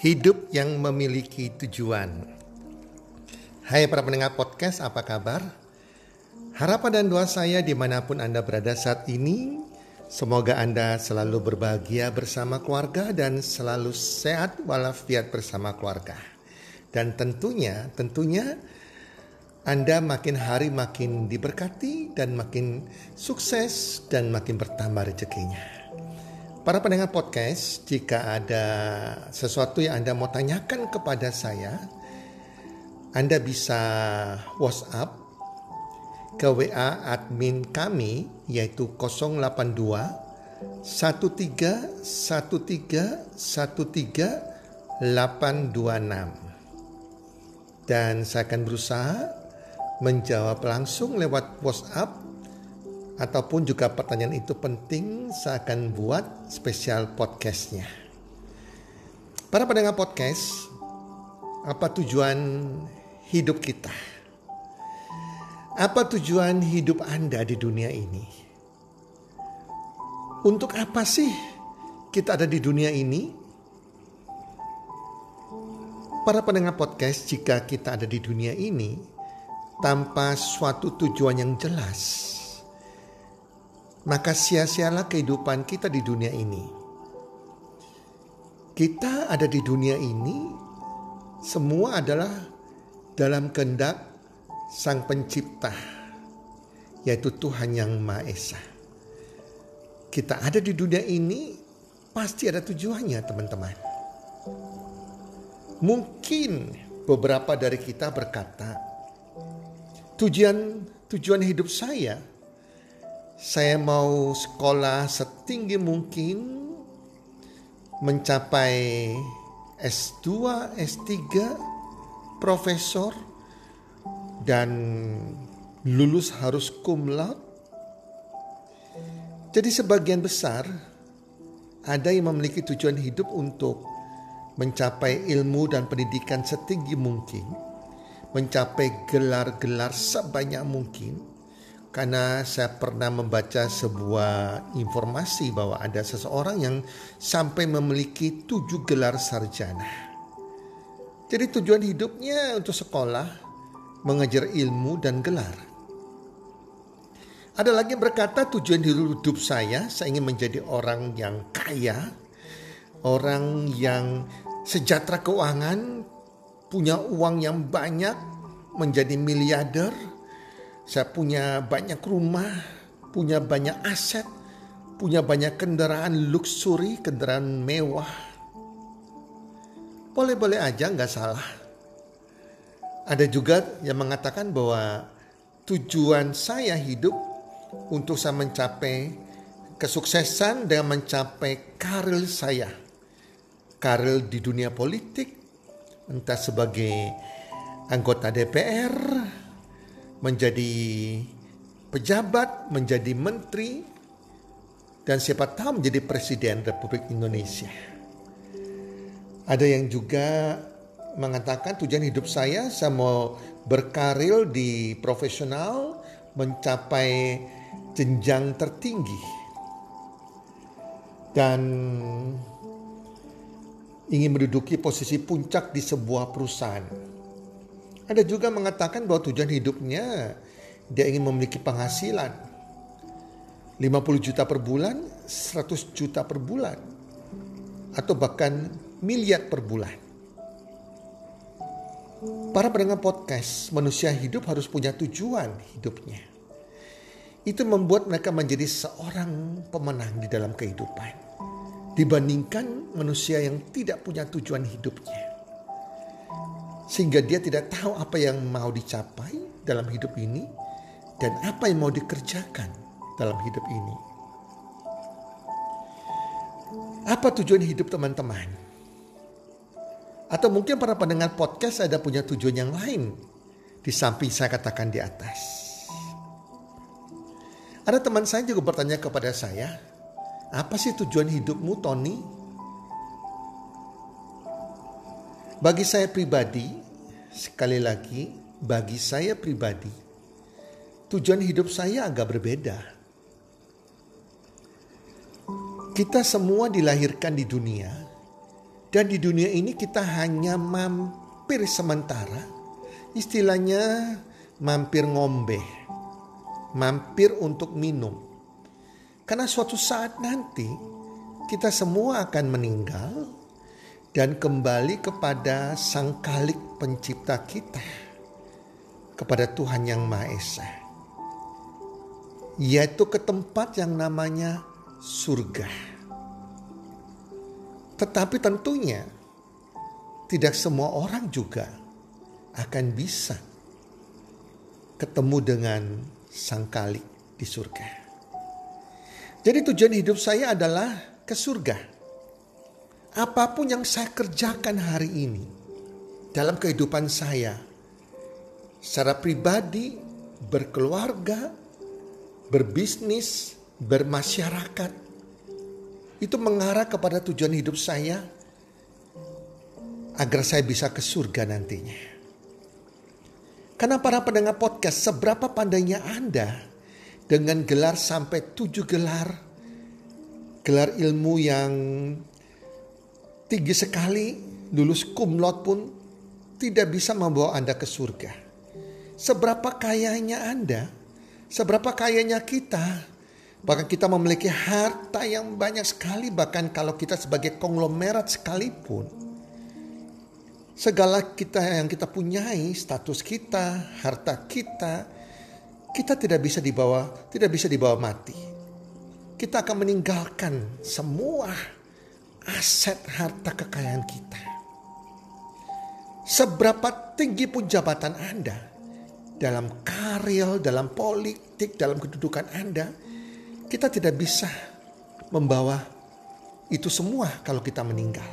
Hidup yang memiliki tujuan. Hai para pendengar podcast, apa kabar? Harapan dan doa saya dimanapun Anda berada saat ini, semoga Anda selalu berbahagia bersama keluarga dan selalu sehat walafiat bersama keluarga. Dan tentunya Anda makin hari makin diberkati dan makin sukses dan makin bertambah rezekinya. Para pendengar podcast, jika ada sesuatu yang Anda mau tanyakan kepada saya, Anda bisa WhatsApp ke WA admin kami yaitu 082 1313 13 826. Dan saya akan berusaha menjawab langsung lewat WhatsApp. Ataupun juga pertanyaan itu penting, saya akan buat spesial podcastnya. Para pendengar podcast, apa tujuan hidup kita? Apa tujuan hidup Anda di dunia ini? Untuk apa sih kita ada di dunia ini? Para pendengar podcast, jika kita ada di dunia ini tanpa suatu tujuan yang jelas, maka sia-sialah kehidupan kita di dunia ini. Kita ada di dunia ini semua adalah dalam kehendak Sang Pencipta, yaitu Tuhan Yang Maha Esa. Kita ada di dunia ini pasti ada tujuannya, teman-teman. Mungkin beberapa dari kita berkata, tujuan hidup saya mau sekolah setinggi mungkin, mencapai S2, S3, profesor, dan lulus harus cum laude. Jadi sebagian besar ada yang memiliki tujuan hidup untuk mencapai ilmu dan pendidikan setinggi mungkin, mencapai gelar-gelar sebanyak mungkin. Karena saya pernah membaca sebuah informasi bahwa ada seseorang yang sampai memiliki 7 gelar sarjana. Jadi tujuan hidupnya untuk sekolah, mengejar ilmu dan gelar. Ada lagi yang berkata tujuan hidup saya ingin menjadi orang yang kaya, orang yang sejahtera keuangan, punya uang yang banyak, menjadi miliarder. Saya punya banyak rumah, punya banyak aset, punya banyak kendaraan luxury, kendaraan mewah. Boleh-boleh aja, gak salah. Ada juga yang mengatakan bahwa tujuan saya hidup untuk saya mencapai kesuksesan dengan mencapai karir saya. Karir di dunia politik, entah sebagai anggota DPR, menjadi pejabat, menjadi menteri, dan siapa tahu menjadi Presiden Republik Indonesia. Ada yang juga mengatakan tujuan hidup saya mau berkarir di profesional, mencapai jenjang tertinggi, dan ingin menduduki posisi puncak di sebuah perusahaan. Ada juga mengatakan bahwa tujuan hidupnya dia ingin memiliki penghasilan 50 juta per bulan, 100 juta per bulan, atau bahkan miliar per bulan. Para pendengar podcast, manusia hidup harus punya tujuan hidupnya. Itu membuat mereka menjadi seorang pemenang di dalam kehidupan dibandingkan manusia yang tidak punya tujuan hidupnya. Sehingga dia tidak tahu apa yang mau dicapai dalam hidup ini dan apa yang mau dikerjakan dalam hidup ini. Apa tujuan hidup teman-teman? Atau mungkin para pendengar podcast ada punya tujuan yang lain di samping saya katakan di atas. Ada teman saya juga bertanya kepada saya, apa sih tujuan hidupmu, Tony? Bagi saya pribadi, sekali lagi, bagi saya pribadi, tujuan hidup saya agak berbeda. Kita semua dilahirkan di dunia Dan di dunia ini kita hanya mampir sementara, istilahnya mampir ngombe, mampir untuk minum. Karena suatu saat nanti kita semua akan meninggal dan kembali kepada Sang Khalik pencipta kita, kepada Tuhan Yang Maha Esa, yaitu ke tempat yang namanya surga. Tetapi tentunya tidak semua orang juga akan bisa ketemu dengan Sang Khalik di surga. Jadi tujuan hidup saya adalah ke surga. Apapun yang saya kerjakan hari ini dalam kehidupan saya, secara pribadi, berkeluarga, berbisnis, bermasyarakat, itu mengarah kepada tujuan hidup saya agar saya bisa ke surga nantinya. Karena para pendengar podcast, seberapa pandainya Anda dengan gelar sampai 7 gelar, gelar ilmu yang tinggi sekali, lulus cum laude pun tidak bisa membawa Anda ke surga. Seberapa kayanya Anda, seberapa kayanya kita. Bahkan kita memiliki harta yang banyak sekali. Bahkan kalau kita sebagai konglomerat sekalipun, segala kita yang kita punyai, status kita, harta kita, kita tidak bisa dibawa mati. Kita akan meninggalkan semua aset harta kekayaan kita. Seberapa tinggi pun jabatan Anda, dalam karir, dalam politik, dalam kedudukan Anda, kita tidak bisa membawa itu semua kalau kita meninggal.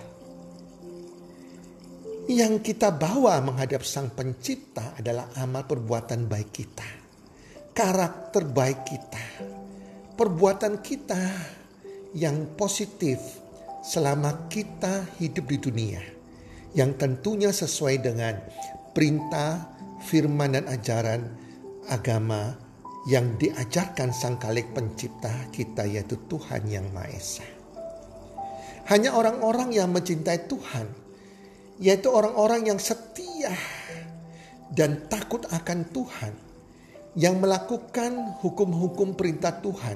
Yang kita bawa menghadap Sang Pencipta adalah amal perbuatan baik kita, karakter baik kita, perbuatan kita yang positif selama kita hidup di dunia, yang tentunya sesuai dengan perintah, firman dan ajaran agama yang diajarkan Sang Khalik pencipta kita, yaitu Tuhan Yang Maha Esa. Hanya orang-orang yang mencintai Tuhan, yaitu orang-orang yang setia dan takut akan Tuhan, yang melakukan hukum-hukum perintah Tuhan,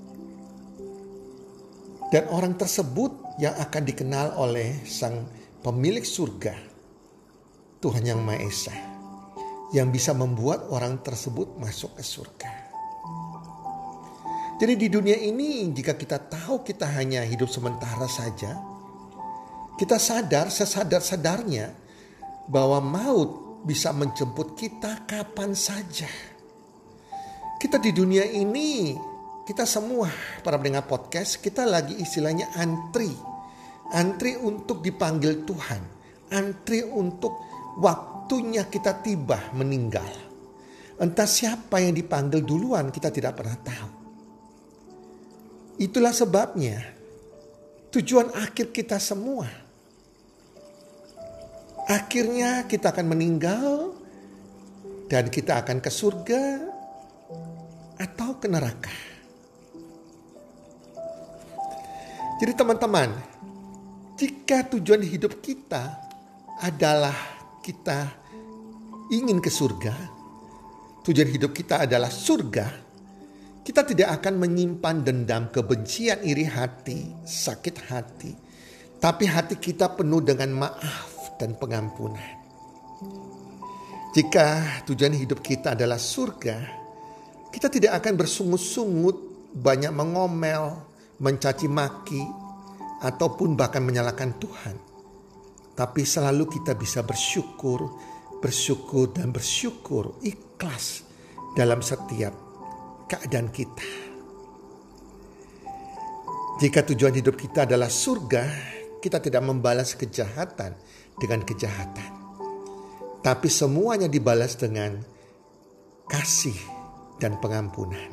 dan orang tersebut yang akan dikenal oleh Sang Pemilik surga, Tuhan Yang Maha Esa, yang bisa membuat orang tersebut masuk ke surga. Jadi di dunia ini, jika kita tahu kita hanya hidup sementara saja, kita sadar sesadar-sadarnya bahwa maut bisa menjemput kita kapan saja. Kita di dunia ini, kita semua para pendengar podcast, kita lagi istilahnya antri untuk dipanggil Tuhan, antri untuk waktunya kita tiba meninggal. Entah siapa yang dipanggil duluan, kita tidak pernah tahu. Itulah sebabnya tujuan akhir kita semua, akhirnya kita akan meninggal dan kita akan ke surga atau ke neraka. Jadi teman-teman, jika tujuan hidup kita adalah kita ingin ke surga, tujuan hidup kita adalah surga, kita tidak akan menyimpan dendam, kebencian, iri hati, sakit hati. Tapi hati kita penuh dengan maaf dan pengampunan. Jika tujuan hidup kita adalah surga, kita tidak akan bersungut-sungut, banyak mengomel, mencaci maki, ataupun bahkan menyalahkan Tuhan. Tapi selalu kita bisa bersyukur dan bersyukur, ikhlas dalam setiap keadaan kita. Jika tujuan hidup kita adalah surga, kita tidak membalas kejahatan dengan kejahatan, tapi semuanya dibalas dengan kasih dan pengampunan.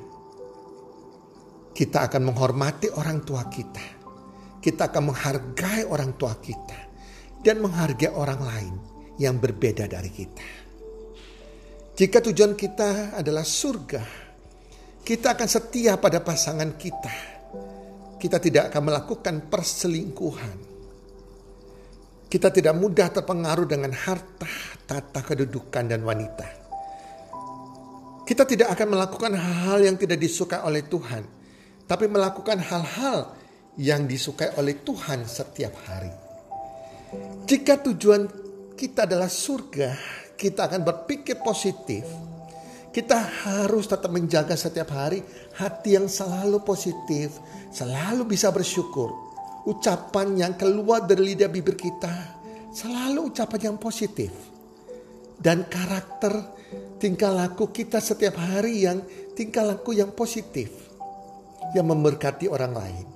Kita akan menghormati orang tua kita, kita akan menghargai orang tua kita, dan menghargai orang lain yang berbeda dari kita. Jika tujuan kita adalah surga, kita akan setia pada pasangan kita. Kita tidak akan melakukan perselingkuhan. Kita tidak mudah terpengaruh dengan harta, tata kedudukan, dan wanita. Kita tidak akan melakukan hal-hal yang tidak disukai oleh Tuhan, tapi melakukan hal-hal yang disukai oleh Tuhan setiap hari. Jika tujuan kita adalah surga, kita akan berpikir positif. Kita harus tetap menjaga setiap hari hati yang selalu positif, selalu bisa bersyukur. Ucapan yang keluar dari lidah bibir kita selalu ucapan yang positif. Dan karakter tingkah laku kita setiap hari yang tingkah laku yang positif, yang memberkati orang lain.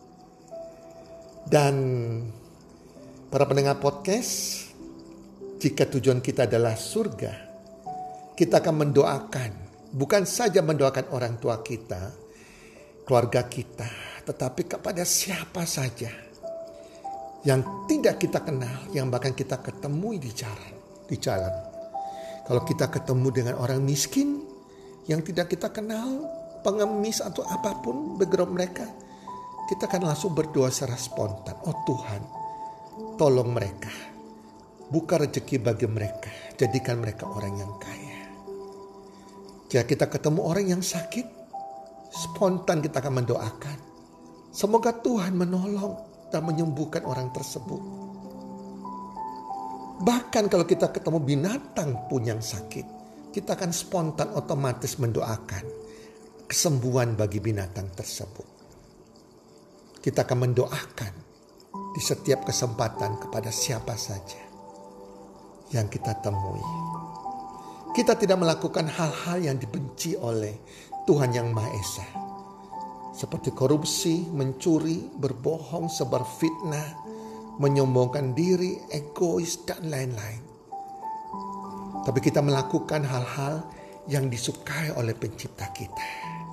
Dan para pendengar podcast, jika tujuan kita adalah surga, kita akan mendoakan, bukan saja mendoakan orang tua kita, keluarga kita, tetapi kepada siapa saja yang tidak kita kenal, yang bahkan kita ketemui di jalan. Kalau kita ketemu dengan orang miskin yang tidak kita kenal, pengemis atau apapun background mereka, kita akan langsung berdoa secara spontan. Oh Tuhan, tolong mereka, buka rezeki bagi mereka, jadikan mereka orang yang kaya. Jika kita ketemu orang yang sakit, spontan kita akan mendoakan. Semoga Tuhan menolong dan menyembuhkan orang tersebut. Bahkan kalau kita ketemu binatang pun yang sakit, kita akan spontan otomatis mendoakan kesembuhan bagi binatang tersebut. Kita akan mendoakan di setiap kesempatan kepada siapa saja yang kita temui. Kita tidak melakukan hal-hal yang dibenci oleh Tuhan Yang Maha Esa. Seperti korupsi, mencuri, berbohong, sebar fitnah, menyombongkan diri, egois, dan lain-lain. Tapi kita melakukan hal-hal yang disukai oleh pencipta kita.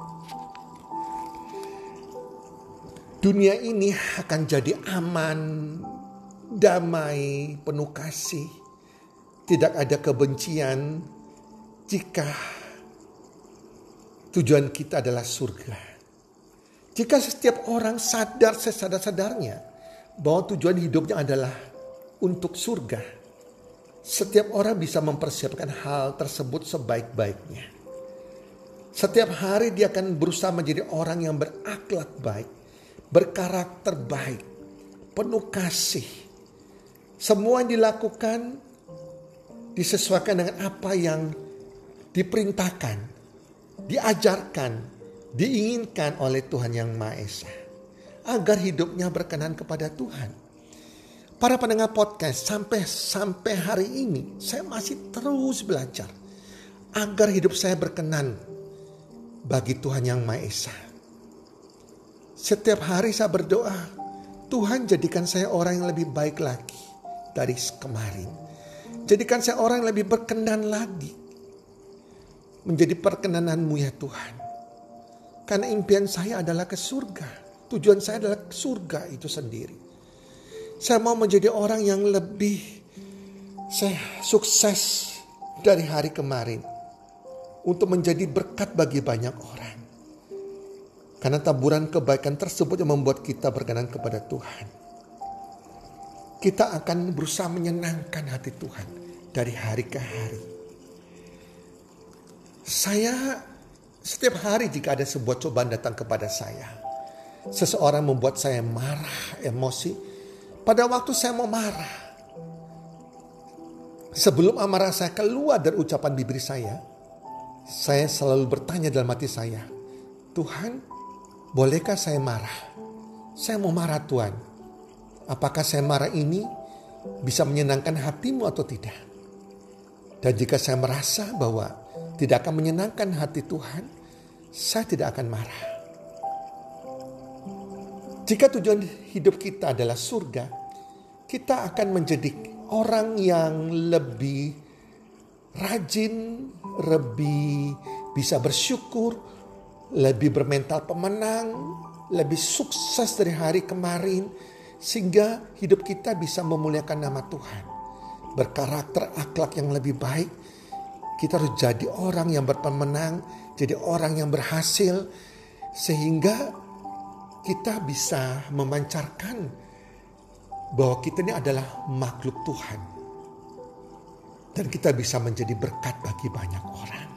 Dunia ini akan jadi aman, damai, penuh kasih. Tidak ada kebencian jika tujuan kita adalah surga. Jika setiap orang sadar sesadar-sadarnya bahwa tujuan hidupnya adalah untuk surga, setiap orang bisa mempersiapkan hal tersebut sebaik-baiknya. Setiap hari dia akan berusaha menjadi orang yang berakhlak baik, berkarakter baik, penuh kasih. Semua yang dilakukan disesuaikan dengan apa yang diperintahkan, diajarkan, diinginkan oleh Tuhan Yang Maha Esa, agar hidupnya berkenan kepada Tuhan. Para pendengar podcast, sampai hari ini saya masih terus belajar agar hidup saya berkenan bagi Tuhan Yang Maha Esa. Setiap hari saya berdoa, Tuhan jadikan saya orang yang lebih baik lagi dari kemarin. Jadikan saya orang yang lebih berkenan lagi. Menjadi perkenanan-Mu ya Tuhan. Karena impian saya adalah ke surga. Tujuan saya adalah ke surga itu sendiri. Saya mau menjadi orang yang lebih sukses dari hari kemarin. Untuk menjadi berkat bagi banyak orang. Karena taburan kebaikan tersebut yang membuat kita berkenan kepada Tuhan. Kita akan berusaha menyenangkan hati Tuhan dari hari ke hari. Saya setiap hari jika ada sebuah cobaan datang kepada saya, seseorang membuat saya marah, emosi. Pada waktu saya mau marah, sebelum amarah saya keluar dari ucapan bibir saya selalu bertanya dalam hati saya, Tuhan, bolehkah saya marah? Saya mau marah Tuhan. Apakah saya marah ini bisa menyenangkan hati-Mu atau tidak? Dan jika saya merasa bahwa tidak akan menyenangkan hati Tuhan, saya tidak akan marah. Jika tujuan hidup kita adalah surga, kita akan menjadi orang yang lebih rajin, lebih bisa bersyukur, lebih bermental pemenang, lebih sukses dari hari kemarin, sehingga hidup kita bisa memuliakan nama Tuhan. Berkarakter akhlak yang lebih baik. Kita harus jadi orang yang berpemenang, jadi orang yang berhasil, sehingga kita bisa memancarkan bahwa kita ini adalah makhluk Tuhan. Dan kita bisa menjadi berkat bagi banyak orang.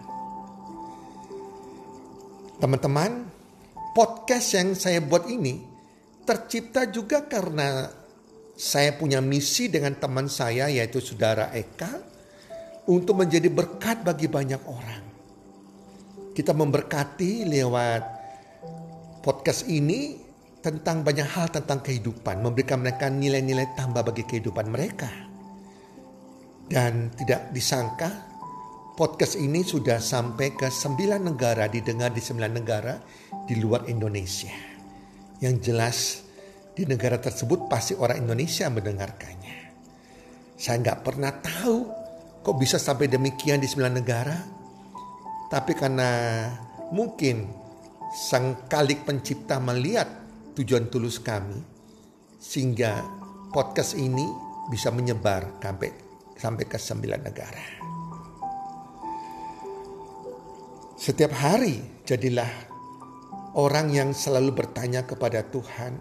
Teman-teman, podcast yang saya buat ini tercipta juga karena saya punya misi dengan teman saya yaitu Saudara Eka untuk menjadi berkat bagi banyak orang. Kita memberkati lewat podcast ini tentang banyak hal tentang kehidupan, memberikan mereka nilai-nilai tambah bagi kehidupan mereka. Dan tidak disangka podcast ini sudah sampai ke 9 negara, didengar di 9 negara di luar Indonesia. Yang jelas di negara tersebut pasti orang Indonesia mendengarkannya. Saya nggak pernah tahu kok bisa sampai demikian di 9 negara. Tapi karena mungkin Sang Khalik Pencipta melihat tujuan tulus kami, sehingga podcast ini bisa menyebar sampai ke 9 negara. Setiap hari jadilah orang yang selalu bertanya kepada Tuhan,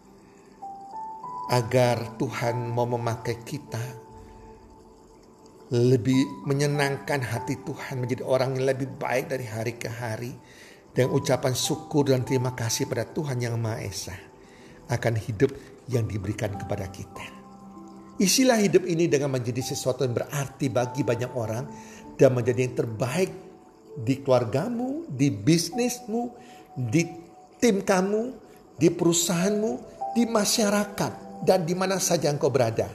agar Tuhan mau memakai kita lebih menyenangkan hati Tuhan, menjadi orang yang lebih baik dari hari ke hari, dengan ucapan syukur dan terima kasih pada Tuhan Yang Maha Esa akan hidup yang diberikan kepada kita. Isilah hidup ini dengan menjadi sesuatu yang berarti bagi banyak orang dan menjadi yang terbaik di keluargamu, di bisnismu, di tim kamu, di perusahaanmu, di masyarakat, dan di mana saja engkau berada.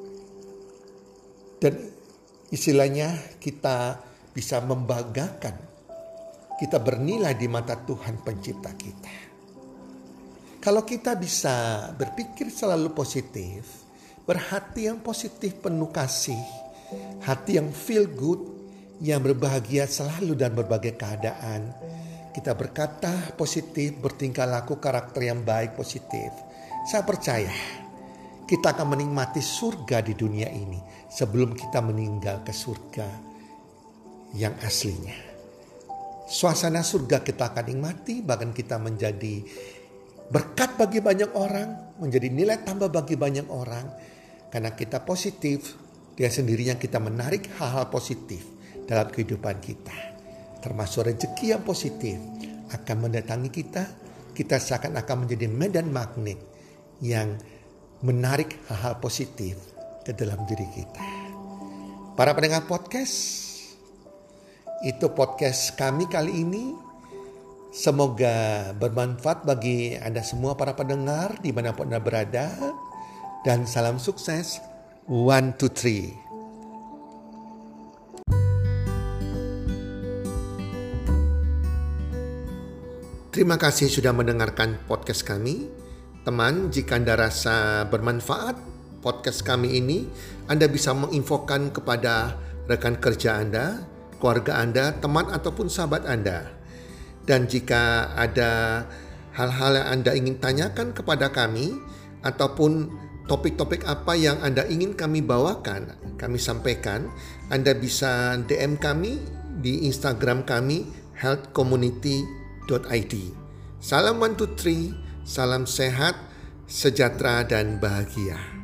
Dan istilahnya kita bisa membanggakan, kita bernilai di mata Tuhan Pencipta kita. Kalau kita bisa berpikir selalu positif, berhati yang positif penuh kasih, hati yang feel good, yang berbahagia selalu dan berbagai keadaan, kita berkata positif, bertingkah laku karakter yang baik positif, saya percaya kita akan menikmati surga di dunia ini sebelum kita meninggal ke surga yang aslinya. Suasana surga kita akan nikmati, bahkan kita menjadi berkat bagi banyak orang, menjadi nilai tambah bagi banyak orang. Karena kita positif, dengan sendirinya kita menarik hal-hal positif dalam kehidupan kita. Termasuk rezeki yang positif akan mendatangi kita. Kita seakan-akan menjadi medan magnet yang menarik hal-hal positif ke dalam diri kita. Para pendengar podcast, itu podcast kami kali ini. Semoga bermanfaat bagi Anda semua para pendengar dimanapun Anda berada. Dan salam sukses. 1, 2, 3. Terima kasih sudah mendengarkan podcast kami. Teman, jika Anda rasa bermanfaat podcast kami ini, Anda bisa menginfokan kepada rekan kerja Anda, keluarga Anda, teman ataupun sahabat Anda. Dan jika ada hal-hal yang Anda ingin tanyakan kepada kami, ataupun topik-topik apa yang Anda ingin kami bawakan, kami sampaikan, Anda bisa DM kami di Instagram kami healthcommunity.id. Salam 1, 2, 3, salam sehat, sejahtera dan bahagia.